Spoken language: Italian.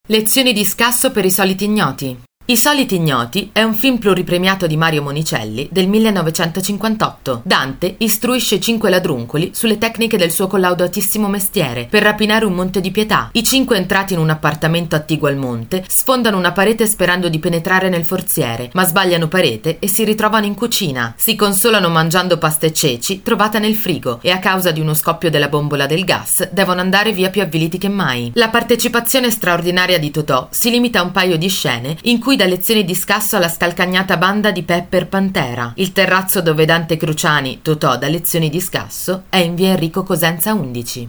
Lezioni di scasso per i soliti ignoti. I soliti ignoti è un film pluripremiato di Mario Monicelli del 1958. Dante istruisce 5 ladruncoli sulle tecniche del suo collaudatissimo mestiere per rapinare un monte di pietà. I 5, entrati in un appartamento attiguo al monte, sfondano una parete sperando di penetrare nel forziere, ma sbagliano parete e si ritrovano in cucina. Si consolano mangiando pasta e ceci trovata nel frigo e a causa di uno scoppio della bombola del gas devono andare via più avviliti che mai. La partecipazione straordinaria di Totò si limita a un paio di scene in cui da lezioni di scasso alla scalcagnata banda di Pepper Pantera. Il terrazzo dove Dante Cruciani, Totò, dà lezioni di scasso è in via Enrico Cosenza 11.